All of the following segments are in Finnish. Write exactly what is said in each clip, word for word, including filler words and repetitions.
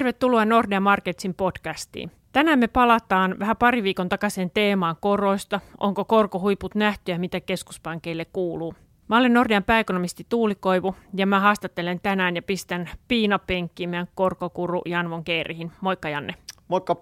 Tervetuloa Nordea Marketsin podcastiin. Tänään me palataan vähän pari viikon takaisin teemaan koroista. Onko korkohuiput nähty ja mitä keskuspankeille kuuluu? Mä olen Nordean pääekonomisti Tuuli Koivu ja mä haastattelen tänään ja pistän piinapenkkiin meidän korkokuru Jan von Geerihin. Moikka Janne. Moikka.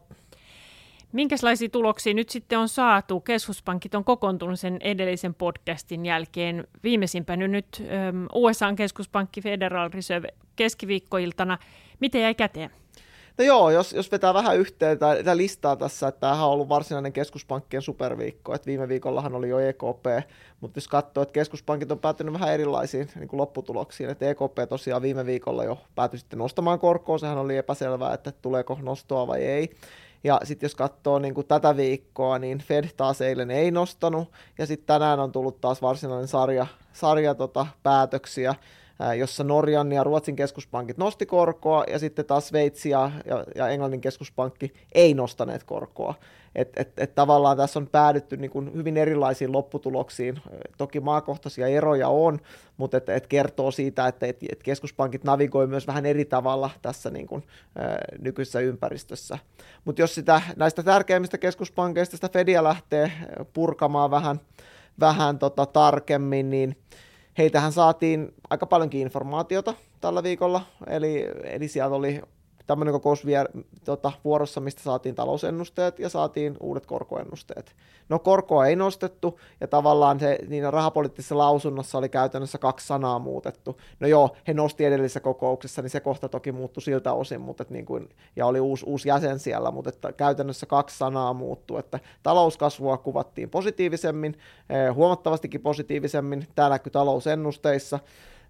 Minkälaisia tuloksia nyt sitten on saatu? Keskuspankit on kokoontunut sen edellisen podcastin jälkeen. Viimeisimpänä nyt U S A:n keskuspankki Federal Reserve keskiviikkoiltana. Miten jäi käteen? No joo, jos, jos vetää vähän yhteen tätä listaa tässä, että tämähän on ollut varsinainen keskuspankkien superviikko, että viime viikollahan oli jo E K P, mutta jos katsoo, että keskuspankit on päätynyt vähän erilaisiin niin kuin lopputuloksiin, että E K P tosiaan viime viikolla jo päätyi sitten nostamaan korkoa, sehän oli epäselvää, että tuleeko nostoa vai ei. Ja sitten jos katsoo niin kuin tätä viikkoa, niin Fed taas eilen ei nostanut, ja sitten tänään on tullut taas varsinainen sarja, sarja tota, päätöksiä, jossa Norjan ja Ruotsin keskuspankit nosti korkoa, ja sitten taas Sveitsi ja, ja, ja Englannin keskuspankki ei nostaneet korkoa. Et, et, et tavallaan tässä on päädytty niin kuin hyvin erilaisiin lopputuloksiin. Toki maakohtaisia eroja on, mutta et, et kertoo siitä, että et, et keskuspankit navigoi myös vähän eri tavalla tässä niin kuin, ä, nykyisessä ympäristössä. Mutta jos sitä näistä tärkeimmistä keskuspankeista sitä Fedia lähtee purkamaan vähän, vähän tota, tarkemmin, niin heitähän saatiin aika paljonkin informaatiota tällä viikolla, eli, eli sieltä oli tämmöinen kokous vielä, tota, vuorossa, mistä saatiin talousennusteet ja saatiin uudet korkoennusteet. No korkoa ei nostettu ja tavallaan se, niin rahapoliittisessa lausunnossa oli käytännössä kaksi sanaa muutettu. No joo, he nosti edellisessä kokouksessa, niin se kohta toki muuttui siltä osin, mutta et niin kuin, ja oli uusi, uusi jäsen siellä, mutta että käytännössä kaksi sanaa muuttui, että talouskasvua kuvattiin positiivisemmin, eh, huomattavastikin positiivisemmin, tämä näkyy talousennusteissa,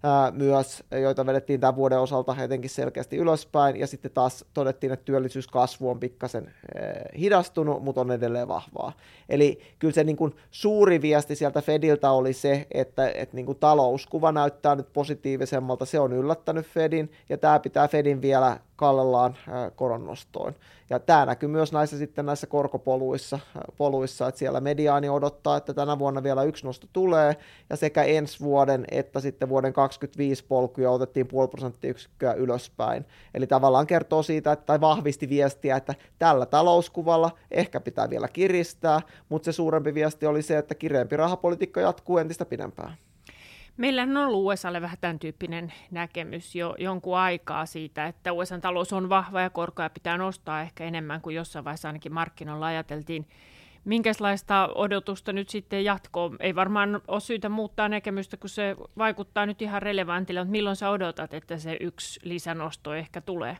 myös, joita vedettiin tämän vuoden osalta etenkin selkeästi ylöspäin, ja sitten taas todettiin, että työllisyyskasvu on pikkasen hidastunut, mutta on edelleen vahvaa. Eli kyllä se niin kuin suuri viesti sieltä Fediltä oli se, että, että niin kuin talouskuva näyttää nyt positiivisemmalta, se on yllättänyt Fedin, ja tämä pitää Fedin vielä kallellaan koronnostoon. Ja tämä näkyy myös näissä, sitten näissä korkopoluissa, poluissa, että siellä mediaani odottaa, että tänä vuonna vielä yksi nosto tulee, ja sekä ensi vuoden että sitten vuoden kaksikymmentäviisi polkuja otettiin puoli prosenttiyksikköä ylöspäin. Eli tavallaan kertoo siitä, että, tai vahvisti viestiä, että tällä talouskuvalla ehkä pitää vielä kiristää, mutta se suurempi viesti oli se, että kireempi rahapolitiikka jatkuu entistä pidempään. Meillä on ollut U S A:lle vähän tämän tyyppinen näkemys jo jonkun aikaa siitä, että U S A:n talous on vahva ja korkoja pitää nostaa ehkä enemmän kuin jossain vaiheessa ainakin markkinoilla ajateltiin. Minkälaista odotusta nyt sitten jatkoo? Ei varmaan ole syytä muuttaa näkemystä, kun se vaikuttaa nyt ihan relevantille, mutta milloin sä odotat, että se yksi lisänosto ehkä tulee?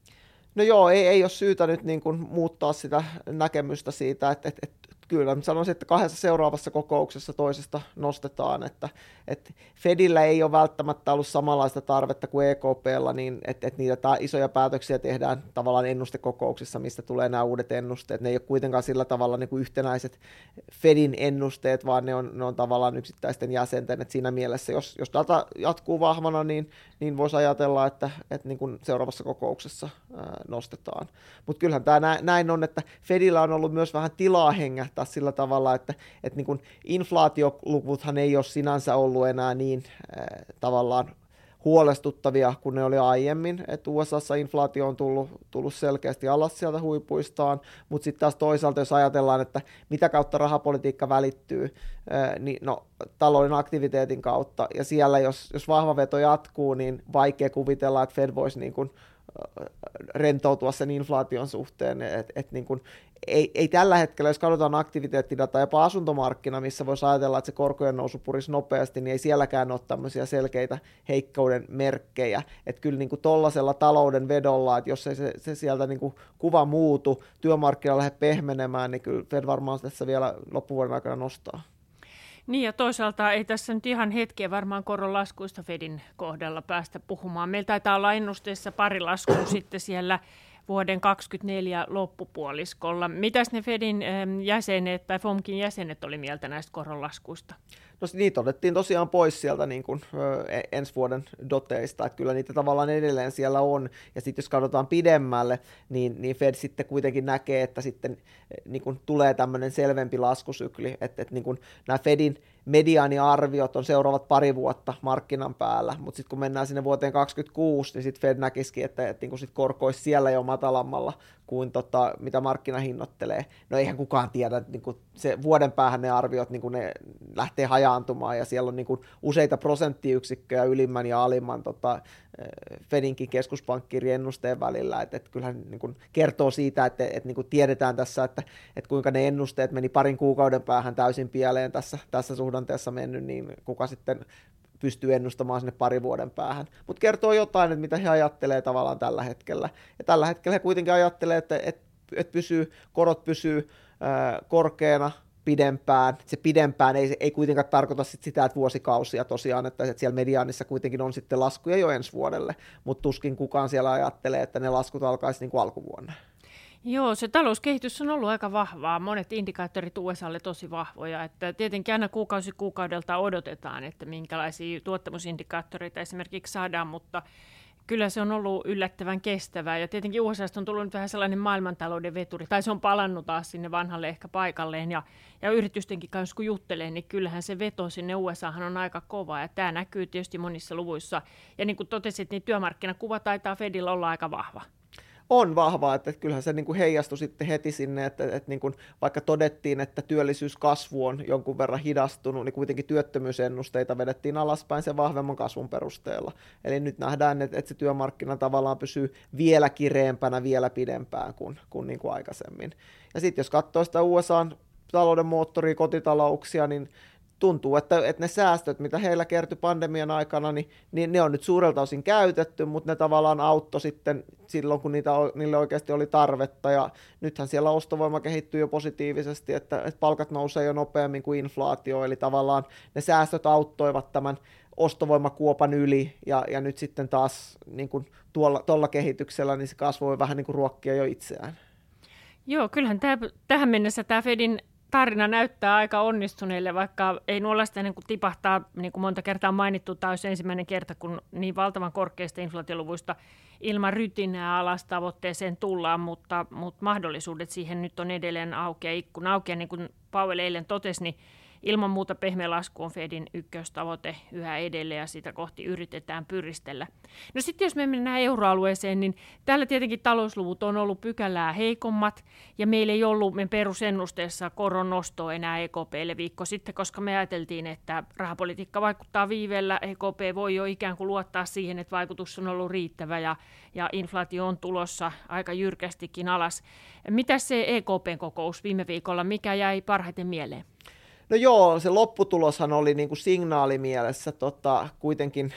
No joo, ei, ei ole syytä nyt niin kuin muuttaa sitä näkemystä siitä, että, että, että kyllä sanoisin, että kahdessa seuraavassa kokouksessa toisesta nostetaan, että, että Fedillä ei ole välttämättä ollut samanlaista tarvetta kuin E K P:llä, niin että, että niitä ta- isoja päätöksiä tehdään tavallaan ennustekokouksissa, mistä tulee nämä uudet ennusteet. Ne ei ole kuitenkaan sillä tavalla niin kuin yhtenäiset Fedin ennusteet, vaan ne on, ne on tavallaan yksittäisten jäsenten. Että siinä mielessä, jos, jos data jatkuu vahvana, niin, niin voisi ajatella, että, että niin kuin seuraavassa kokouksessa ää, nostetaan. Mutta kyllähän tämä näin on, että Fedillä on ollut myös vähän tilaa hengähtää sillä tavalla, että, että niin kuin inflaatioluvuthan ei ole sinänsä ollut enää niin äh, tavallaan huolestuttavia kuin ne oli aiemmin, että U S A:ssa inflaatio on tullut, tullut selkeästi alas sieltä huipuistaan, mutta sitten taas toisaalta, jos ajatellaan, että mitä kautta rahapolitiikka välittyy, äh, niin no, talouden aktiviteetin kautta, ja siellä jos, jos vahva veto jatkuu, niin vaikea kuvitella, että Fed voisi niin kuin rentoutua sen inflaation suhteen, että et niin kuin ei, ei tällä hetkellä, jos katsotaan aktiviteettidataa, jopa asuntomarkkina, missä voisi ajatella, että se korkojen nousu purisi nopeasti, niin ei sielläkään ole tämmöisiä selkeitä heikkouden merkkejä. Että kyllä niin kuin tollaisella talouden vedolla, että jos ei se, se sieltä niin kuin kuva muutu, työmarkkina lähde pehmenemään, niin kyllä Fed varmaan tässä vielä loppuvuoden aikana nostaa. Niin ja toisaalta ei tässä nyt ihan hetkeä varmaan koronlaskuista Fedin kohdalla päästä puhumaan. Meillä taitaa olla ennusteessa pari laskua sitten siellä vuoden kaksikymmentäneljä loppupuoliskolla. Mitäs ne Fedin jäsenet tai F O M Kin jäsenet oli mieltä näistä koronlaskuista? No niitä otettiin tosiaan pois sieltä niin kuin, ö, ensi vuoden doteista, että kyllä niitä tavallaan edelleen siellä on, ja sitten jos katsotaan pidemmälle, niin, niin Fed sitten kuitenkin näkee, että sitten niin kuin tulee tämmöinen selvempi laskusykli, että, että niin kuin nämä Fedin mediaaniarviot on seuraavat pari vuotta markkinan päällä, mutta sitten kun mennään sinne vuoteen kaksikymmentäkuusi, niin sitten Fed näkisikin, että, että niin sit korko olisi siellä jo matalammalla kuin tota, mitä markkina hinnoittelee. No eihän kukaan tiedä, että niin kuin se vuoden päähän ne arviot niin kuin ne lähtee hajaantumaan, ja siellä on niin kuin useita prosenttiyksikköjä ylimmän ja alimman tota, Fedinkin keskuspankkirien ennusteen välillä, että, että kyllähän niin kuin kertoo siitä, että, että niin kuin tiedetään tässä, että, että kuinka ne ennusteet meni parin kuukauden päähän täysin pieleen tässä, tässä suhdanteessa mennyt, niin kuka sitten pystyy ennustamaan sinne pari vuoden päähän. Mutta kertoo jotain, että mitä he ajattelee tavallaan tällä hetkellä. Ja tällä hetkellä he kuitenkin ajattelee, että, että, että pysyy, korot pysyy ää, korkeana pidempään. Se pidempään ei, ei kuitenkaan tarkoita sit sitä, että vuosikausia tosiaan, että, että siellä mediaanissa kuitenkin on sitten laskuja jo ensi vuodelle, mutta tuskin kukaan siellä ajattelee, että ne laskut alkaisi niin kuin alkuvuonna. Joo, se talouskehitys on ollut aika vahvaa. Monet indikaattorit U S A:lle tosi vahvoja. Että tietenkin aina kuukausi kuukaudelta odotetaan, että minkälaisia tuottamusindikaattoreita esimerkiksi saadaan, mutta kyllä se on ollut yllättävän kestävää. Ja tietenkin U S A:sta on tullut vähän sellainen maailmantalouden veturi, tai se on palannut taas sinne vanhalle ehkä paikalleen. Ja, ja yritystenkin kanssa kun juttelee, niin kyllähän se veto sinne U S A:han on aika kova. Ja tämä näkyy tietysti monissa luvuissa. Ja niin kuin totesit, niin työmarkkinakuva taitaa Fedillä olla aika vahva. On vahvaa, että kyllähän se niin kuin heijastui sitten heti sinne, että, että niin kuin vaikka todettiin, että työllisyyskasvu on jonkun verran hidastunut, niin kuitenkin työttömyysennusteita vedettiin alaspäin sen vahvemman kasvun perusteella. Eli nyt nähdään, että, että se työmarkkina tavallaan pysyy vielä kireempänä, vielä pidempään kuin, kuin, niin kuin aikaisemmin. Ja sitten jos katsoo sitä U S A:n talouden moottoria, kotitalouksia, niin tuntuu, että, että ne säästöt, mitä heillä kertyi pandemian aikana, niin, niin ne on nyt suurelta osin käytetty, mutta ne tavallaan auttoi sitten silloin, kun niitä, niille oikeasti oli tarvetta, ja nythän siellä ostovoima kehittyy jo positiivisesti, että, että palkat nousee jo nopeammin kuin inflaatio, eli tavallaan ne säästöt auttoivat tämän ostovoimakuopan yli, ja, ja nyt sitten taas niin kuin tuolla, tuolla kehityksellä niin se kasvu voi vähän niin kuin ruokkia jo itseään. Joo, kyllähän tämä, tähän mennessä tämä Fedin tarina näyttää aika onnistuneelle, vaikka ei nuollaista ennen kuin tipahtaa, niin kuin monta kertaa mainittu, tämä olisi ensimmäinen kerta, kun niin valtavan korkeista inflaatioluvuista ilman rytinää alas tavoitteeseen tullaan, mutta, mutta mahdollisuudet siihen nyt on edelleen auki ja ikkuna auki, ja niin kuin Powell eilen totesi, niin ilman muuta pehmeä lasku on Fedin ykköstavoite yhä edelleen, ja sitä kohti yritetään pyristellä. No sitten jos me mennään euroalueeseen, niin täällä tietenkin talousluvut on ollut pykälää heikommat, ja meillä ei ollut me perusennusteessa koron nostoa enää E K P:lle viikko sitten, koska me ajateltiin, että rahapolitiikka vaikuttaa viiveellä, E K P voi jo ikään kuin luottaa siihen, että vaikutus on ollut riittävä, ja, ja inflaatio on tulossa aika jyrkästikin alas. Mitä se E K P:n kokous viime viikolla, mikä jäi parhaiten mieleen? No joo, se lopputuloshan oli niin kuin signaalimielessä tota, kuitenkin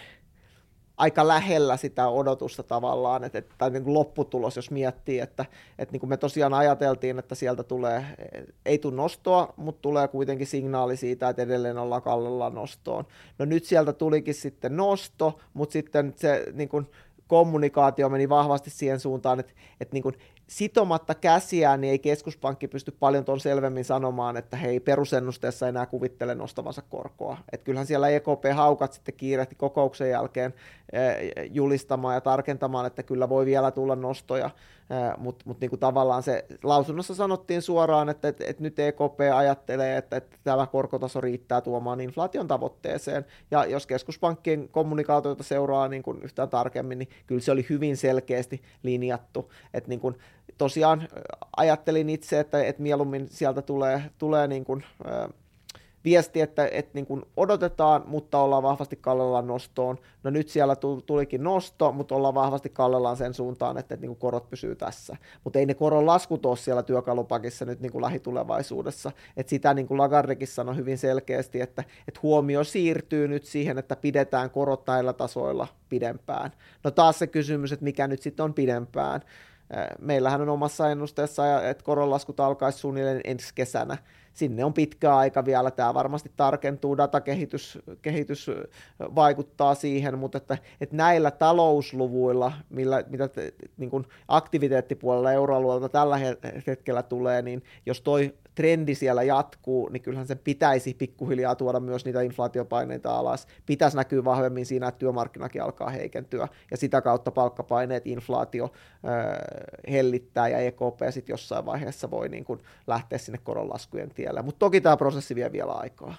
aika lähellä sitä odotusta tavallaan, että, että tai niin kuin lopputulos, jos miettii, että, että niin kuin me tosiaan ajateltiin, että sieltä tulee, ei tule nostoa, mutta tulee kuitenkin signaali siitä, että edelleen ollaan kallellaan nostoon. No nyt sieltä tulikin sitten nosto, mutta sitten se niin kuin kommunikaatio meni vahvasti siihen suuntaan, että, että niin kuin sitomatta käsiään, niin ei keskuspankki pysty paljon tuon selvemmin sanomaan, että he ei perusennusteessa enää kuvittele nostavansa korkoa. Että kyllähän siellä E K P-haukat sitten kiirehti kokouksen jälkeen julistamaan ja tarkentamaan, että kyllä voi vielä tulla nostoja, mutta mut niinku tavallaan se lausunnossa sanottiin suoraan, että et, et nyt E K P ajattelee, että, että tämä korkotaso riittää tuomaan inflaation tavoitteeseen, ja jos keskuspankkien kommunikaatiota seuraa niin kuin yhtään tarkemmin, niin kyllä se oli hyvin selkeästi linjattu, että niin kuin tosiaan ajattelin itse, että, että mieluummin sieltä tulee, tulee niin kuin, ää, viesti, että, että niin kuin odotetaan, mutta ollaan vahvasti kallellaan nostoon. No nyt siellä tulikin nosto, mutta ollaan vahvasti kallellaan sen suuntaan, että, että niin kuin korot pysyy tässä. Mutta ei ne koron laskut ole siellä työkalupakissa nyt niin kuin lähitulevaisuudessa. Että sitä niin kuin Lagardekin sanoi hyvin selkeästi, että, että huomio siirtyy nyt siihen, että pidetään korot näillä tasoilla pidempään. No taas se kysymys, että mikä nyt sitten on pidempään. Meillähän on omassa ennusteessa, että koronlaskut alkaisi suunnilleen ensi kesänä. Sinne on pitkä aika vielä, tämä varmasti tarkentuu, datakehitys kehitys vaikuttaa siihen, mutta että, että näillä talousluvuilla, millä, mitä niin kuin aktiviteettipuolella euroalueelta tällä hetkellä tulee, niin jos toi trendi siellä jatkuu, niin kyllähän sen pitäisi pikkuhiljaa tuoda myös niitä inflaatiopaineita alas. Pitäisi näkyä vahvemmin siinä, että työmarkkinakin alkaa heikentyä, ja sitä kautta palkkapaineet, inflaatio äh, hellittää, ja E K P sitten jossain vaiheessa voi niin kuin lähteä sinne koronlaskujen tielle. Mutta toki tämä prosessi vie vielä aikaa.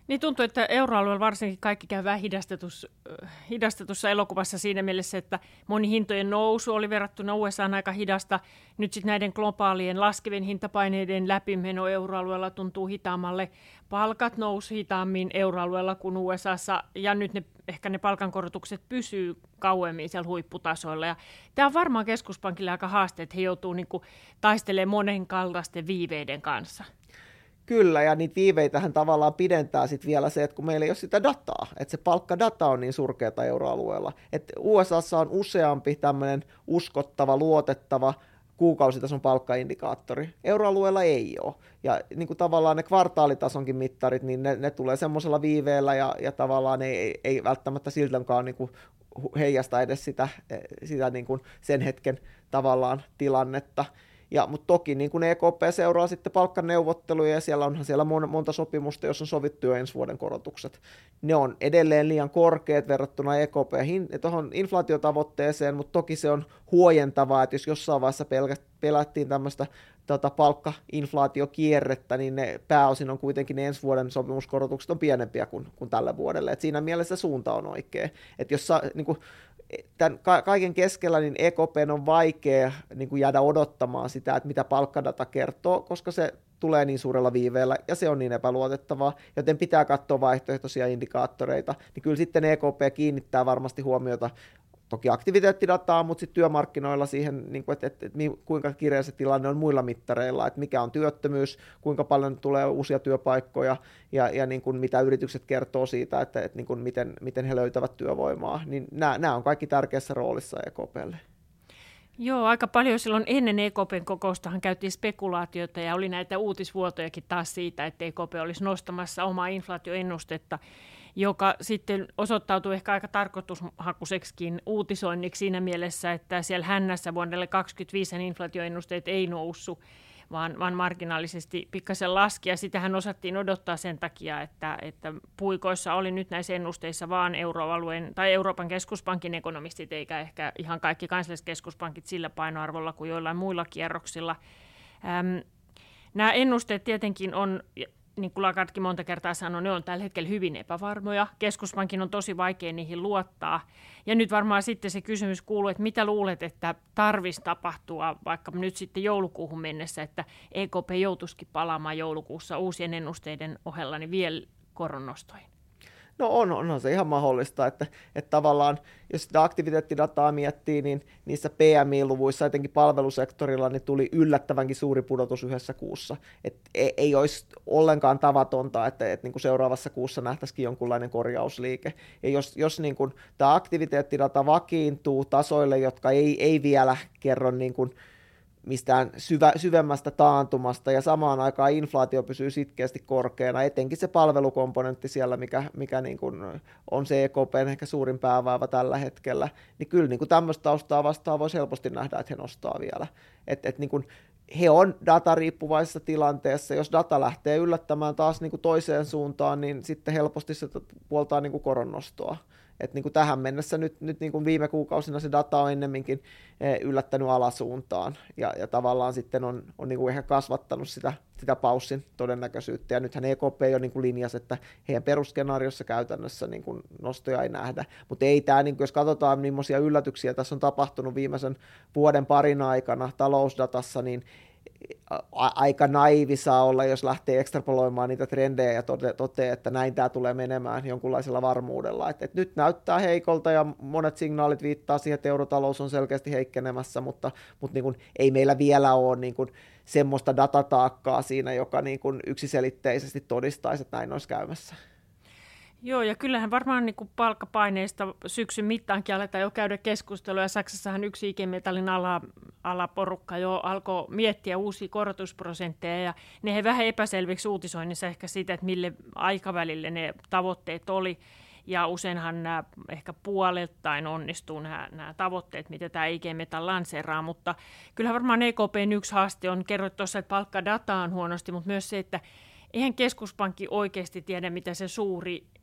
Niin tuntuu, että euroalueella varsinkin kaikki käy vähän hidastetussa, hidastetussa elokuvassa siinä mielessä, että moni hintojen nousu oli verrattuna U S A:n aika hidasta. Nyt sitten näiden globaalien laskevien hintapaineiden läpimeno euroalueella tuntuu hitaammalle. Palkat nousi hitaammin euroalueella kuin U S A:ssa ja nyt ne, ehkä ne palkankorotukset pysyy kauemmin siellä huipputasoilla. Ja tämä on varmaan keskuspankille aika haaste, että he joutuu niinku taistelemaan monenkaltaisten viiveiden kanssa. Kyllä, ja niitä viiveitähän tavallaan pidentää sitten vielä se, että kun meillä ei ole sitä dataa, että se palkkadata on niin surkeata euroalueella. Että U S A:ssa on useampi tämmöinen uskottava, luotettava kuukausitason palkkaindikaattori. Euroalueella ei ole. Ja niin kuin tavallaan ne kvartaalitasonkin mittarit, niin ne, ne tulee semmoisella viiveellä, ja, ja tavallaan ei, ei, ei välttämättä siltäkään niin kuin heijasta edes sitä, sitä niin kuin sen hetken tavallaan tilannetta. Ja, mutta toki niin kun E K P seuraa sitten palkkaneuvotteluja, ja siellä onhan siellä monta sopimusta, jos on sovittu jo ensi vuoden korotukset. Ne on edelleen liian korkeat verrattuna E K P tuohon inflaatiotavoitteeseen, mutta toki se on huojentavaa, että jos jossain vaiheessa pelättiin tämmöistä tota, palkkainflaatiokierrettä, niin ne pääosin on kuitenkin ne ensi vuoden sopimuskorotukset on pienempiä kuin, kuin tällä vuodelle. Et siinä mielessä suunta on oikea. Et jos sa, niin kun, tämän kaiken keskellä niin E K P on vaikea niin kuin jäädä odottamaan sitä, että mitä palkkadata kertoo, koska se tulee niin suurella viiveellä ja se on niin epäluotettavaa, joten pitää katsoa vaihtoehtoisia indikaattoreita, niin kyllä sitten E K P kiinnittää varmasti huomiota toki aktiviteettidataa, mutta sitten työmarkkinoilla siihen, niin kuin, että, että, että kuinka kireä se tilanne on muilla mittareilla, että mikä on työttömyys, kuinka paljon tulee uusia työpaikkoja ja, ja niin kuin, mitä yritykset kertoo siitä, että, että niin kuin, miten, miten he löytävät työvoimaa, niin nämä, nämä on kaikki tärkeässä roolissa E K P:lle. Joo, aika paljon silloin ennen E K P:n kokoustahan käytiin spekulaatiota ja oli näitä uutisvuotojakin taas siitä, että E K P olisi nostamassa omaa inflaatioennustetta, joka sitten osoittautui ehkä aika tarkoitushakuiseksikin uutisoinniksi siinä mielessä, että siellä hännässä vuodelle kaksikymmentäviisi inflaatioennusteet ei noussut, vaan, vaan marginaalisesti pikkasen laski, ja sitähän osattiin odottaa sen takia, että, että puikoissa oli nyt näissä ennusteissa vaan euroalueen tai Euroopan keskuspankin ekonomistit, eikä ehkä ihan kaikki kansalliset keskuspankit sillä painoarvolla kuin joillain muilla kierroksilla. Ähm, nämä ennusteet tietenkin on, niin kuin Lagardkin monta kertaa sanoi, ne on tällä hetkellä hyvin epävarmoja. Keskuspankin on tosi vaikea niihin luottaa. Ja nyt varmaan sitten se kysymys kuuluu, että mitä luulet, että tarvitsisi tapahtua vaikka nyt sitten joulukuuhun mennessä, että E K P joutuisikin palaamaan joulukuussa uusien ennusteiden ohella niin vielä koronnostoihin? No on, onhan se ihan mahdollista, että, että tavallaan jos sitä aktiviteettidataa miettii, niin niissä P M I-luvuissa etenkin palvelusektorilla niin tuli yllättävänkin suuri pudotus yhdessä kuussa. Et ei, ei olisi ollenkaan tavatonta, että, että niin kuin seuraavassa kuussa nähtäisikin jonkunlainen korjausliike. Ja jos, jos niin kuin tämä aktiviteettidata vakiintuu tasoille, jotka ei, ei vielä kerro niin kuin mistään syvä, syvemmästä taantumasta, ja samaan aikaan inflaatio pysyy sitkeästi korkeana, etenkin se palvelukomponentti siellä, mikä, mikä niin kuin on se E K P:n ehkä suurin päävaiva tällä hetkellä, niin kyllä niin kuin tämmöistä taustaa vastaan voisi helposti nähdä, että he nostaa vielä. Et, et niin kuin he on datariippuvaisessa tilanteessa, jos data lähtee yllättämään taas niin kuin toiseen suuntaan, niin sitten helposti se puoltaa niin kuin koronnostoa. Et niin kuin tähän mennessä nyt, nyt niin kuin viime kuukausina se data on ennemminkin yllättänyt alasuuntaan ja, ja tavallaan sitten on, on niin kuin ehkä kasvattanut sitä, sitä paussin todennäköisyyttä. Ja nythän E K P jo niin kuin linjasi, että heidän perusskenaariossa käytännössä niin kuin nostoja ei nähdä. Mutta ei tämä, niin kuin jos katsotaan millaisia yllätyksiä tässä on tapahtunut viimeisen vuoden parin aikana talousdatassa, niin aika naivi saa olla, jos lähtee ekstrapoloimaan niitä trendejä ja toteaa, että näin tämä tulee menemään jonkunlaisella varmuudella. Et, et nyt näyttää heikolta ja monet signaalit viittaa siihen, että eurotalous on selkeästi heikkenemässä, mutta, mutta niin kuin, ei meillä vielä ole niin kuin semmoista datataakkaa siinä, joka niin kuin yksiselitteisesti todistaisi, että näin olisi käymässä. Joo, ja kyllähän varmaan niin kuin palkkapaineista syksyn mittaankin aletaan jo käydä keskustelua, ja Saksassahan yksi I G-metallin ala, alaporukka jo alkoi miettiä uusia korotusprosentteja, ja ne he vähän epäselviksi uutisoinnissa ehkä siitä, että mille aikavälille ne tavoitteet oli, ja useinhan nämä ehkä puolettain onnistuu nämä, nämä tavoitteet, mitä tämä I G-metall lanseeraa, mutta kyllähän varmaan E K P:n yksi haaste on, kerroit tuossa, että palkkadata on huonosti, mutta myös se, että eihän keskuspankki oikeasti tiedä, mitä se suuri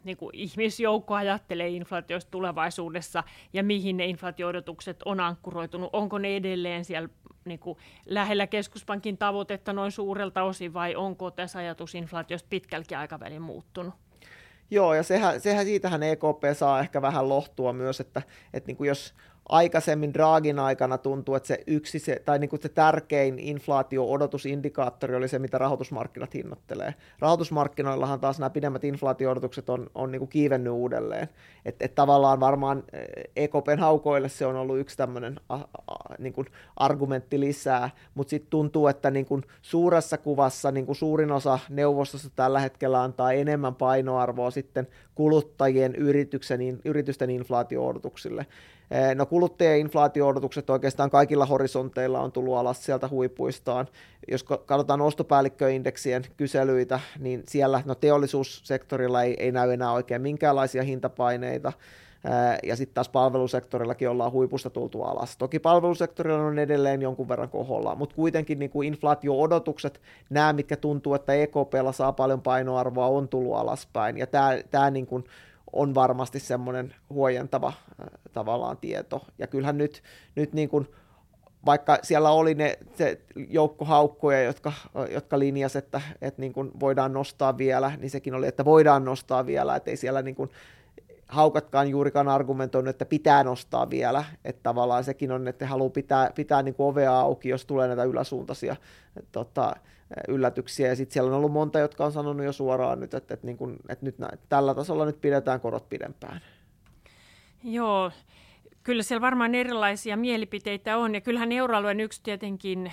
niin kuin ihmisjoukko ajattelee inflaatiosta tulevaisuudessa ja mihin ne inflaatio-odotukset on ankkuroitunut. Onko ne edelleen siellä niin kuin lähellä keskuspankin tavoitetta noin suurelta osin vai onko tässä ajatus inflaatiosta pitkälläkin aikavälin muuttunut? Joo, ja sehän, sehän siitähän E K P saa ehkä vähän lohtua myös, että, että niin kuin jos aikaisemmin Draghin aikana tuntuu, että se yksi se, tai niin kuin se tärkein inflaatio-odotusindikaattori oli se, mitä rahoitusmarkkinat hinnoittelee. Rahoitusmarkkinoillahan taas nämä pidemmät inflaatio-odotukset on, on niin kuin kiivennyt uudelleen. Että et tavallaan varmaan E K P:n haukoille se on ollut yksi tämmöinen a, a, niin kuin argumentti lisää, mutta sitten tuntuu, että niin kuin suuressa kuvassa niin kuin suurin osa neuvostosta tällä hetkellä antaa enemmän painoarvoa sitten kuluttajien yrityksen, yritysten inflaatio-odotuksille. No kuluttajien inflaatio-odotukset oikeastaan kaikilla horisonteilla on tullut alas sieltä huipuistaan. Jos katsotaan ostopäällikköindeksien kyselyitä, niin siellä no teollisuussektorilla ei, ei näy enää oikein minkäänlaisia hintapaineita, ja sitten taas palvelusektorillakin ollaan huipusta tultu alas. Toki palvelusektorilla on edelleen jonkun verran koholla, mutta kuitenkin niin kuin inflaatio-odotukset, nämä mitkä tuntuu, että E K P:llä saa paljon painoarvoa, on tullut alaspäin, ja tämä, tämä niin kuin on varmasti semmoinen huojentava äh, tavallaan tieto. Ja kyllähän nyt, nyt niin kuin, vaikka siellä oli ne se joukko haukkoja, jotka, jotka linjasivat, että, että niin kuin voidaan nostaa vielä, niin sekin oli, että voidaan nostaa vielä, että ei siellä niin kuin haukatkaan juurikaan argumentoinut, että pitää nostaa vielä, että tavallaan sekin on, että haluaa pitää, pitää niin kuin ovea auki, jos tulee näitä yläsuuntaisia tota, yllätyksiä, ja sitten siellä on ollut monta, jotka on sanonut jo suoraan nyt, että, että, niin kuin, että nyt näin, tällä tasolla nyt pidetään korot pidempään. Joo, kyllä siellä varmaan erilaisia mielipiteitä on, ja kyllähän euroalueen yksi tietenkin,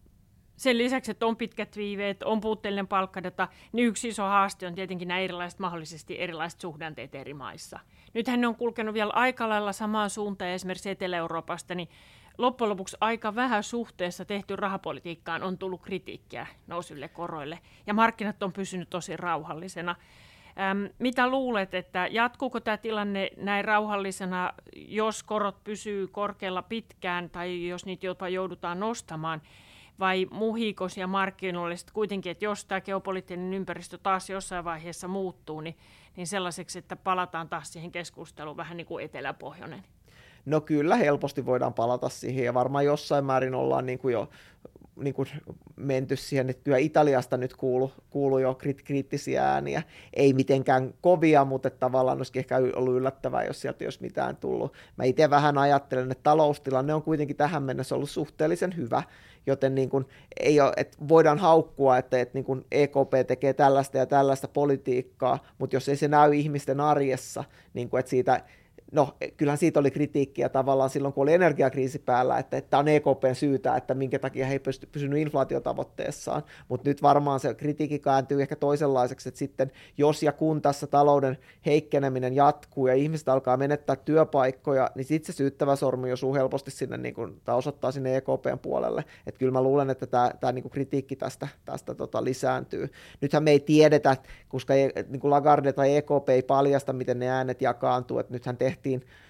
sen lisäksi, että on pitkät viiveet, on puutteellinen palkkadata, niin yksi iso haaste on tietenkin nämä erilaiset, mahdollisesti erilaiset suhdanteet eri maissa. Nythän ne on kulkenut vielä aika lailla samaan suuntaan, ja esimerkiksi Etelä-Euroopasta, niin loppujen lopuksi aika vähän suhteessa tehty rahapolitiikkaan on tullut kritiikkiä nousuville koroille, ja markkinat on pysynyt tosi rauhallisena. Ähm, mitä luulet, että jatkuuko tämä tilanne näin rauhallisena, jos korot pysyy korkealla pitkään, tai jos niitä jopa joudutaan nostamaan, vai muhiiko siellä markkinoille sitten kuitenkin, että jos tämä geopoliittinen ympäristö taas jossain vaiheessa muuttuu, niin, niin sellaiseksi, että palataan taas siihen keskusteluun vähän niin kuin eteläpohjoinen? No kyllä helposti voidaan palata siihen, ja varmaan jossain määrin ollaan niin kuin jo niin kuin menty siihen, että kyllä Italiasta nyt kuulu, kuulu jo kriittisiä ääniä, ei mitenkään kovia, mutta että tavallaan olisikin ehkä ollut yllättävää, jos sieltä ei olisi mitään tullut. Mä itse vähän ajattelen, että taloustilanne on kuitenkin tähän mennessä ollut suhteellisen hyvä, joten niin kuin ei ole, että voidaan haukkua, että, että niin kuin E K P tekee tällaista ja tällaista politiikkaa, mutta jos ei se näy ihmisten arjessa, niin kuin, että siitä no, kyllähän siitä oli kritiikkiä tavallaan silloin, kun oli energiakriisi päällä, että, että on E K P:n syytä, että minkä takia he ei pysty, pysynyt inflaatiotavoitteessaan, mutta nyt varmaan se kritiikki kääntyy ehkä toisenlaiseksi, että sitten jos ja kun tässä talouden heikkeneminen jatkuu ja ihmiset alkaa menettää työpaikkoja, niin sitten se syyttävä sormi osuu helposti sinne, niin kuin, tai osoittaa sinne E K P:n puolelle, että kyllä mä luulen, että tämä, tämä niin kuin kritiikki tästä, tästä tota, lisääntyy. Nythän me ei tiedetä, koska ei, niin kuin Lagarde tai E K P ei paljasta, miten ne äänet jakaantuu, että nythän tehtiin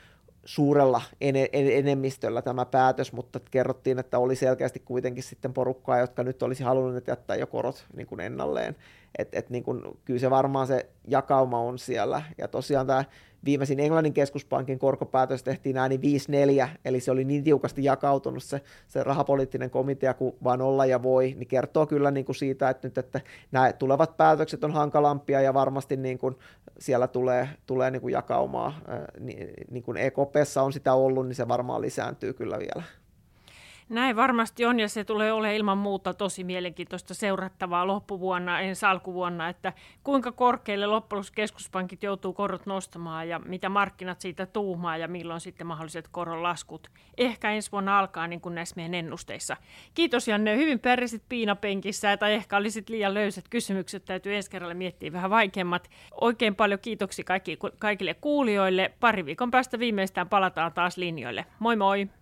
suurella enemmistöllä tämä päätös, mutta kerrottiin, että oli selkeästi kuitenkin sitten porukkaa, jotka nyt olisi halunnut jättää jo korot niin kuin ennalleen. Et, et niin kuin, kyllä se varmaan se jakauma on siellä. Ja tosiaan tämä viimeisin Englannin keskuspankin korkopäätös tehtiin ääni viisi neljä, eli se oli niin tiukasti jakautunut se, se rahapoliittinen komitea kuin vaan olla ja voi, niin kertoo kyllä niin kuin siitä, että nyt että nämä tulevat päätökset on hankalampia ja varmasti niin kuin siellä tulee, tulee niin kuin jakaumaa, niin, niin kuin E K P:ssä on sitä ollut, niin se varmaan lisääntyy kyllä vielä. Näin varmasti on, ja se tulee olemaan ilman muuta tosi mielenkiintoista seurattavaa loppuvuonna, ensi alkuvuonna, että kuinka korkealle loppujen keskuspankit joutuu korot nostamaan ja mitä markkinat siitä tuumaa ja milloin sitten mahdolliset koronlaskut ehkä ensi vuonna alkaa niin kuin näissä meidän ennusteissa. Kiitos Janne, hyvin pärjäsit piinapenkissä, tai ehkä olisit liian löysät kysymykset, täytyy ensi kerralla miettiä vähän vaikeammat. Oikein paljon kiitoksia kaikki, kaikille kuulijoille. Pari viikon päästä viimeistään palataan taas linjoille. Moi moi!